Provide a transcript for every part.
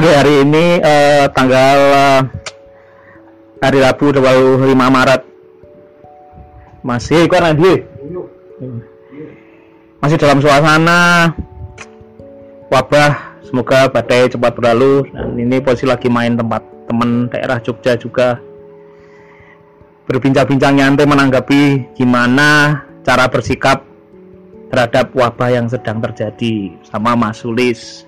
Oke, hari ini tanggal hari Rabu 25 Maret. Masih kurang dia. Masih dalam suasana wabah, semoga badai cepat berlalu. Dan ini posisi lagi main tempat teman daerah Jogja juga. Berbincang-bincang nyantai menanggapi gimana cara bersikap terhadap wabah yang sedang terjadi sama Mas Sulis.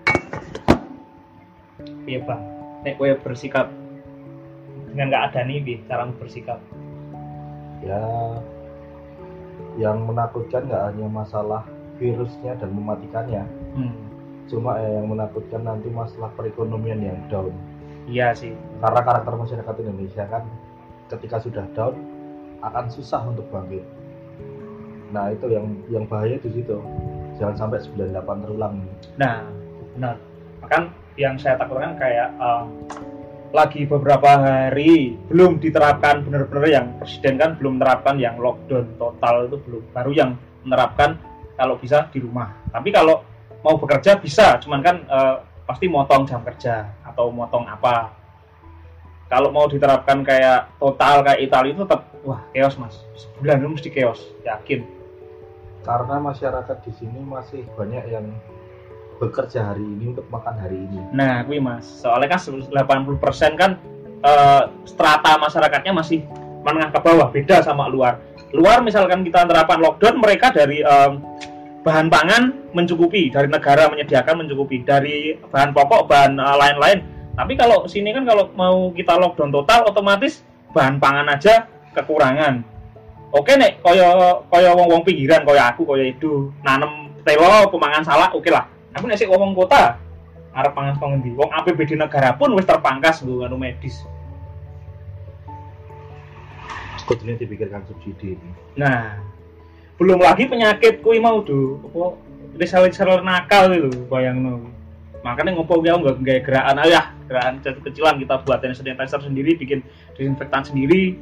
Iya bang, nek kowe bersikap dengan keadaan ini, cara bersikap? Ya, yang menakutkan nggak hanya masalah virusnya dan mematikannya, cuma yang menakutkan nanti masalah perekonomian yang down. Iya sih. Karena karakter masyarakat Indonesia kan, ketika sudah down akan susah untuk bangkit. Nah itu yang bahaya di situ. Jangan sampai 98 terulang. Nah, benar. Bahkan yang saya takutkan kayak lagi beberapa hari belum diterapkan benar-benar, yang presiden kan belum menerapkan yang lockdown total, itu belum, baru yang menerapkan kalau bisa di rumah. Tapi kalau mau bekerja bisa, cuman kan pasti motong jam kerja atau motong apa. Kalau mau diterapkan kayak total kayak Italia itu tetap wah chaos mas, sebulan itu mesti chaos, yakin. Karena masyarakat di sini masih banyak yang bekerja hari ini untuk makan hari ini. Nah, gue mas, soalnya kan 80% kan strata masyarakatnya masih menengah ke bawah, beda sama luar. Luar misalkan kita terapkan lockdown, mereka dari bahan pangan mencukupi, dari negara menyediakan mencukupi, dari bahan pokok, bahan lain-lain. Tapi kalau sini kan kalau mau kita lockdown total, otomatis bahan pangan aja kekurangan. Oke nek, koyo wong-wong pinggiran, koyo aku, koyo itu nanem telo, pemangan salak, oke lah. Aku nek sik wong kota arep pangan saka ngendi? Wong APBD negara pun wis terpangkas nggo anu medis. Kudune dipikirkan subsidi ini. Nah, belum lagi penyakit kuwi mau apa risal-risal nakal itu bayangno. Makanya ngopo ki aku nggawe gerakan gerakan kecil-kecilan, kita buat hand sanitizer sendiri, bikin disinfektan sendiri.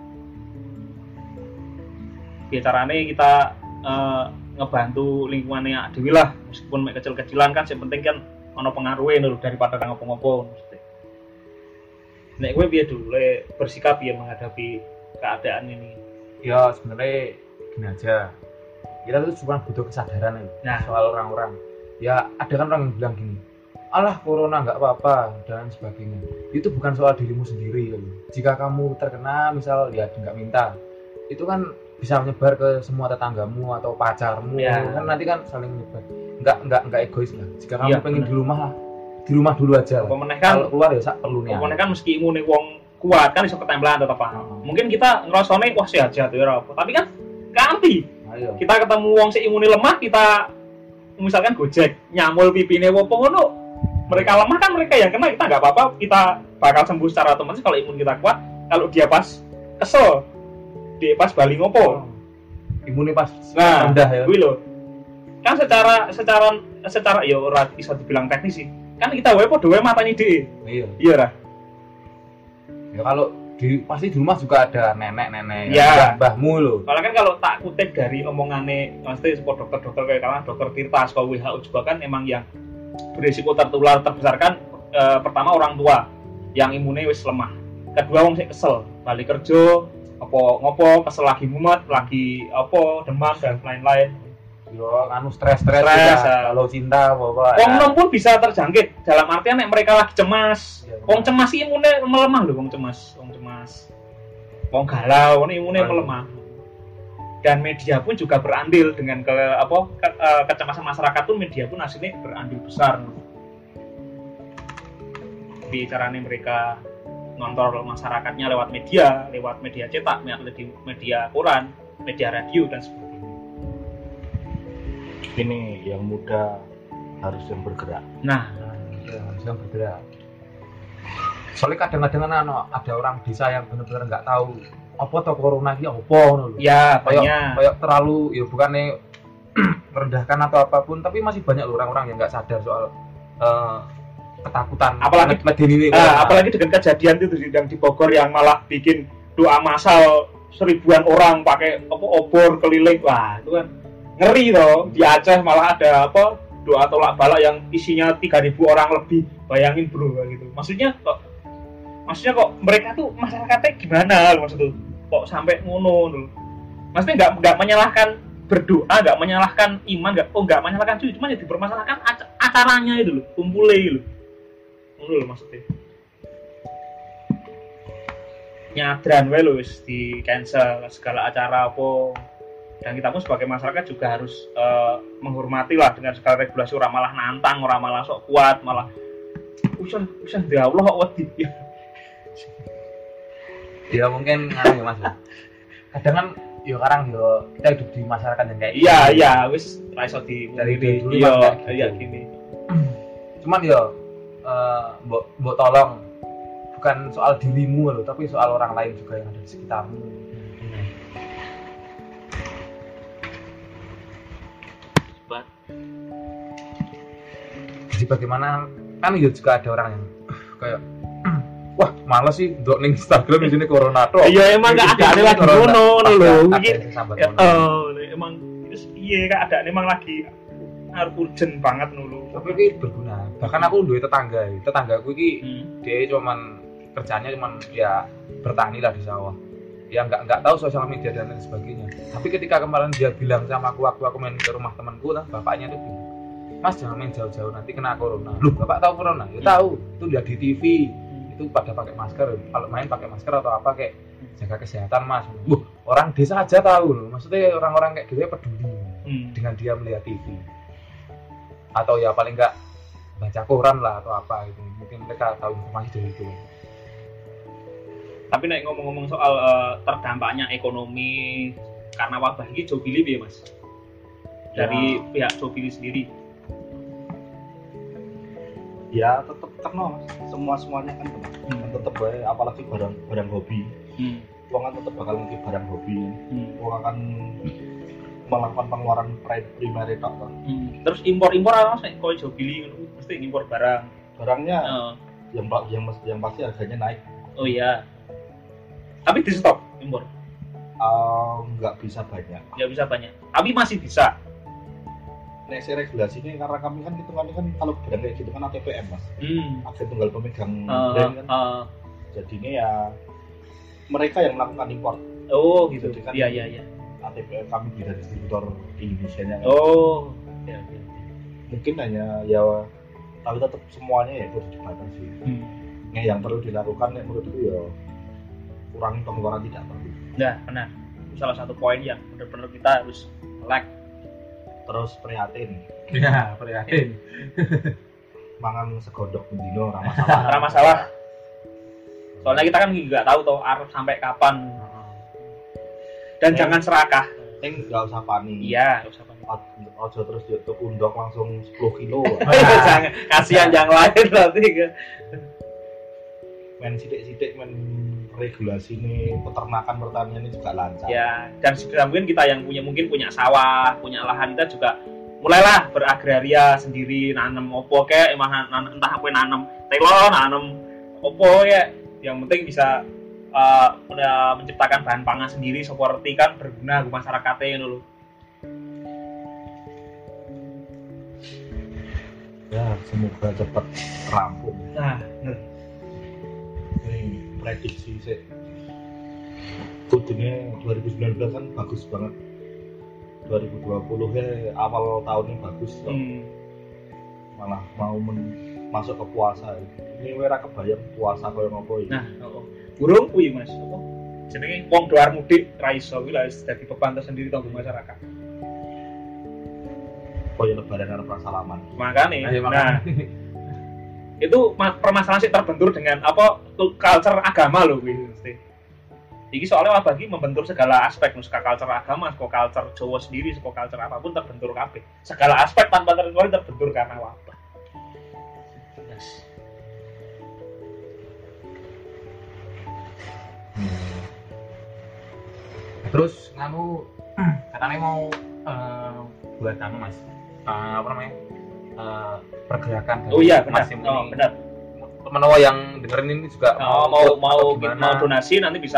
Ya carane kita ngebantu lingkungannya dhewe lah, meskipun mek kecil-kecilan kan yang penting kan ono pengaruhe lho daripada nang ngopo-ngopo. Nek gue piye dulu bersikap ya menghadapi keadaan ini? Ya sebenarnya gini aja, kita tuh cuma butuh kesadaran soal orang-orang. Ya ada kan orang yang bilang gini, alah corona nggak apa-apa dan sebagainya. Itu bukan soal dirimu sendiri loh. Jika kamu terkena misal ya nggak minta, itu kan bisa menyebar ke semua tetanggamu atau pacarmu, kan nanti kan saling menyebar. Enggak egois lah. Jika kamu pengen di rumah lah, di rumah dulu aja. Kalau keluar ya sak perlunya. Pokoknya kan meski imune wong kuat kan iso ketempelan tetep mungkin kita ngerasane wah sehat-sehat ya apa. Tapi kan kanti. Kita ketemu wong sing imune lemah, kita misalkan gojek nyamul pipine opo ngono. Mereka lemah kan mereka yang kena, kita enggak apa-apa, kita bakal sembuh secara otomatis kalau imun kita kuat. Kalau dia pas kesel, di pas bali ngopo imunnya pas rendah ya kuwi lho kan secara ya ora bisa dibilang teknis sih kan kita wae padha wae matani dhewe iya ra ya kalau pasti di rumah juga ada nenek-nenek mbahmu lho. Kalau kan kalau tak kutip dari omongane mesti dokter-dokter kayak kalah dokter Tirta saka WHO juga kan emang yang berisiko tertular terbesar kan pertama orang tua yang imunnya wis lemah, kedua wong sing kesel balik kerja apa ngopo kesel lagi mumet lagi apa demam dan lain-lain. Yo anu stres kalau cinta apa wong nom pun bisa terjangkit dalam artian nek mereka lagi cemas. Wong cemas sih imune melemah lho, wong cemas wong galau imune melemah. Dan media pun juga berandil dengan kecemasan masyarakat pun, media pun aslinya berandil besar. Bicaranya mereka ngontrol masyarakatnya lewat media cetak, media koran, media radio dan sebagainya. Ini yang muda harus yang bergerak. Nah, harus yang bergerak. Soalnya kadang-kadang ada orang desa yang benar-benar nggak tahu apa toh corona ini apa loh. Ya, banyak. Kayak terlalu ya bukannya merendahkan atau apapun, tapi masih banyak loh orang-orang yang nggak sadar soal ketakutan apalagi dengan kejadian itu yang di Bogor yang malah bikin doa massal 1000-an orang pakai obor keliling. Wah itu kan ngeri toh. Di Aceh malah ada doa tolak balak yang isinya 3.000 orang lebih, bayangin bro gitu. Maksudnya kok mereka tuh masyarakatnya gimana maksudnya kok sampai ngono dulu. Maksudnya nggak menyalahkan berdoa, nggak menyalahkan iman, nggak menyalahkan cuy, cuma ya dipermasalahkan acaranya itu loh, kumpulnya itu loh. Ngono loh maksudnya. Nyadran wae lho wis di cancel segala acara apa. Dan kita pun sebagai masyarakat juga harus menghormati lah dengan segala regulasi, ora malah nantang, ora malah sok kuat, malah usan ya Allah kok wedi. Ya mungkin ya Mas. Kadang kan yo sekarang yo kita hidup di masyarakat yang kayak iya wis ra iso dari dulu iya gini. Cuman yo mbok tolong bukan soal dirimu loh, tapi soal orang lain juga yang ada di sekitarmu. Jadi bagaimana kan juga ada orang yang kayak wah males sih ndok ning Instagram ini corona tok. Iya emang gak ada lagi ngono lho. Emang piye kak ada emang lagi harus urgent banget dulu. Tapi ini berguna. Bahkan aku duwe tetanggaku iki dia cuman kerjanya cuman ya bertani lah di sawah. Ya nggak tahu sosial media dan lain sebagainya. Tapi ketika kemarin dia bilang sama aku waktu aku main ke rumah temanku lah, bapaknya tuh bilang, Mas jangan main jauh-jauh nanti kena corona. Loh bapak tahu corona? Ya tahu. Itu lihat di TV. Itu pada pakai masker. Kalau main pakai masker atau apa kayak jaga kesehatan Mas. Orang desa aja tahu loh. Maksudnya orang-orang kayak gitu ya peduli dengan dia melihat TV. Atau ya paling nggak baca koran lah atau apa gitu. Mungkin mereka tahu informasi dari itu. Tapi nek ngomong-ngomong soal terdampaknya ekonomi karena wabah ini Jobili ya Mas? Dari pihak Jobili sendiri. Ya tetap kena Mas. Semuanya kan kena. Tetap bae apalagi barang hobi. Wong kan tetap bakal ngerti barang hobi. Wong akan melakukan pengeluaran primer itu. Terus impor apa Mas? Kok Jobili mesti impor barang. Barangnya yang pasti harganya naik. Oh iya. Tapi di stop impor? Nggak bisa banyak. Nggak bisa banyak. Tapi masih bisa. Nek regulasinya karena kami kan hitungannya kan kalau barang kayak gitu kan ATPM Mas. Agen tunggal pemegang brand kan. Jadinya ya mereka yang melakukan impor. Oh gitu. Kan iya. ATPM kami bisa distributor di Indonesia-nya kan. Oh. Ya. Mungkin hanya ya tapi tetap semuanya ya harus dibatasi. Yang perlu dilakukan menurutku ya kurangi pengeluaran tidak perlu. Nah, benar. Itu salah satu poin yang benar-benar kita harus melek. Terus prihatin. Ya, prihatin. Mangan segodok bendino ora masalah. Soalnya kita kan nggak tahu toh arep sampai kapan. Dan jangan serakah. Enggak usah panik. Iya, enggak usah panik. Ojo terus YouTube undok langsung 10 kilo. Jangan, kasihan yang lain nanti kan. Men sidik-sidik regulasi ini peternakan pertanian ini juga lancar. Ya, dan mungkin kita yang punya sawah, punya lahan, kita juga mulailah beragraria sendiri, nanam opo kayak entah apa nanam telo, nanam opo ya, yang penting bisa menciptakan bahan pangan sendiri seperti kan berguna ke masyarakatnya dulu. Ya, semoga cepat rampung. Nah, ini prediksi sih. Kudune 2019 kan bagus banget. 2020 ya awal tahunnya bagus. Malah mau masuk ke puasa. Ini ora kebayang puasa koyo ngopo iki. Nah, burung kuwi Mas. Apa? Jenenge wong doar mudik ra iso kuwi lha dadi beban tersendiri kanggo masyarakat. Koyo lebaran arep salaman. Makane. Nah, itu permasalahan sih terbentur dengan apa culture agama loh gitu mesti. Iki soalnya wabah iki membentur segala aspek, saka culture agama, saka culture Jawa sendiri, saka culture apapun terbentur kabeh. Segala aspek tanpa terkecuali terbentur karena wabah. Yes. Terus kamu katanya mau buat kamu Mas. Apa namanya? Pergerakan dari benar. Mas ini. Benar. Teman-teman yang dengerin ini juga mau donasi nanti bisa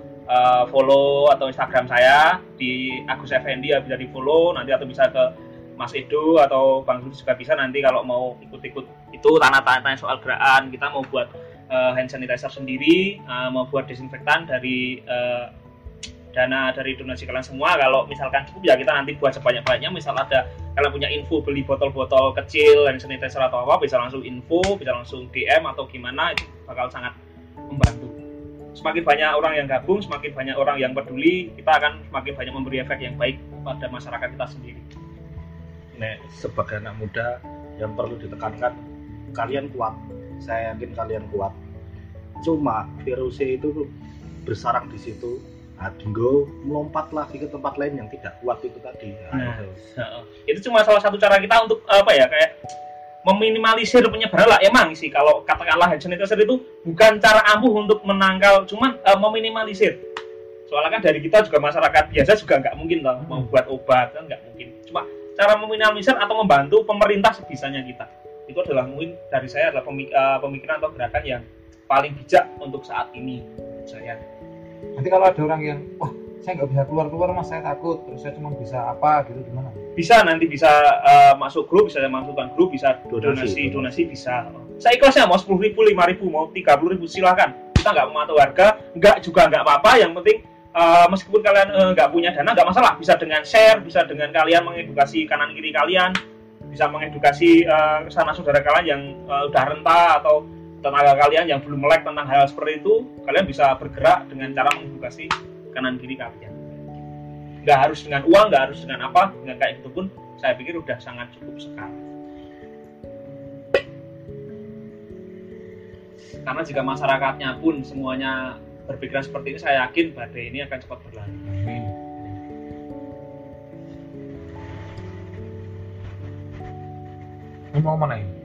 follow atau Instagram saya di Agus Effendi ya bisa di follow nanti atau bisa ke Mas Edo atau Bang Zul juga bisa nanti kalau mau ikut-ikut itu tanya soal gerakan. Kita mau buat hand sanitizer sendiri, mau buat desinfektan dari dana dari donasi kalian semua. Kalau misalkan cukup ya kita nanti buat sebanyak-banyaknya. Misal ada kalian punya info beli botol-botol kecil hand sanitizer atau apa, bisa langsung info, bisa langsung DM atau gimana, itu bakal sangat membantu. Semakin banyak orang yang gabung, semakin banyak orang yang peduli, kita akan semakin banyak memberi efek yang baik pada masyarakat kita sendiri. Sebagai anak muda yang perlu ditekankan, kalian kuat. Saya yakin kalian kuat. Cuma virusnya itu bersarang di situ. Dinggo melompat lagi ke tempat lain yang tidak kuat itu tadi. Itu cuma salah satu cara kita untuk kayak meminimalisir penyebaran lah. Emang sih kalau katakanlah hand sanitizer itu bukan cara ampuh untuk menangkal, cuman meminimalisir. Soalnya kan dari kita juga masyarakat biasa juga nggak mungkin loh membuat obat, kan nggak mungkin. Cuma cara meminimalisir atau membantu pemerintah sebisanya kita. Itu adalah mungkin dari saya adalah pemikiran atau gerakan yang paling bijak untuk saat ini saya. Nanti kalau ada orang yang, wah saya nggak bisa keluar mas, saya takut, terus saya cuma bisa apa gitu, gimana? Bisa nanti bisa masuk grup, bisa masukkan grup, bisa donasi bisa. Saya ikhlasnya mau 10.000, 5.000, mau 30.000 silakan. Kita nggak memantau harga, nggak apa-apa. Yang penting meskipun kalian nggak punya dana nggak masalah, bisa dengan share, bisa dengan kalian mengedukasi kanan kiri kalian, bisa mengedukasi sanak saudara kalian yang udah renta atau tenaga kalian yang belum melek tentang hal seperti itu. Kalian bisa bergerak dengan cara mengedukasi kanan kiri kalian. Nggak harus dengan uang, nggak harus dengan apa, dengan kayak itu pun saya pikir udah sangat cukup sekali. Karena jika masyarakatnya pun semuanya berpikiran seperti ini, saya yakin badai ini akan cepat berlalu. Amin. Mau mana ini?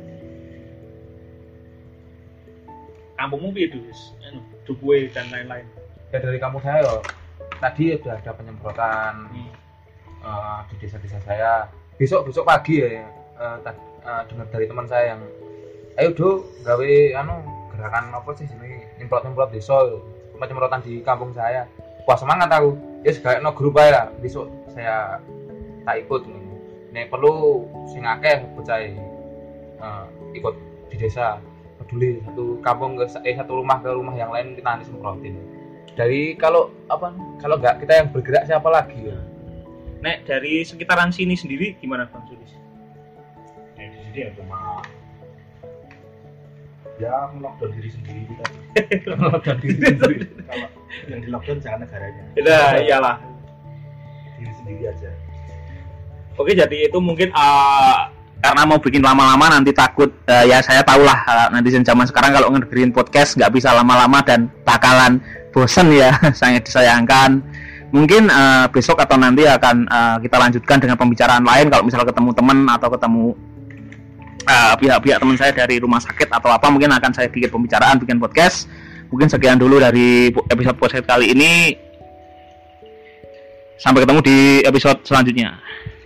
Kampungmu piye dus? Dukuwe dan lain-lain. Ya dari kampung saya yo. Tadi sudah ada penyemprotan di desa-desa saya. Besok pagi ya dengar dari teman saya yang ayo do gawe gerakan apa sih ini nyemprot desa, penyemprotan di kampung saya. Wah semangat aku. Ya segala grup ae lah. Besok saya tak ikut ini. Nek perlu sing akeh bocah ikut di desa. Peduli satu kampung satu rumah ke rumah yang lain kita nanti semprotin. Dari kalau nggak kita yang bergerak siapa lagi ya? Nek dari sekitaran sini sendiri gimana Bang Sulis? Di sini ya cuma melockdown diri sendiri kita. Melockdown diri sendiri. Kalau yang di lockdown jangan negaranya. Iyalah. Diri sendiri aja. Oke, jadi itu mungkin karena mau bikin lama-lama nanti takut ya saya tahulah netizen zaman sekarang kalau ngedengerin podcast nggak bisa lama-lama dan bakalan bosen ya. Sangat disayangkan. Mungkin besok atau nanti akan kita lanjutkan dengan pembicaraan lain. Kalau misalnya ketemu teman atau ketemu pihak-pihak teman saya dari rumah sakit atau apa, mungkin akan saya bikin pembicaraan, bikin podcast. Mungkin sekian dulu dari episode podcast kali ini. Sampai ketemu di episode selanjutnya.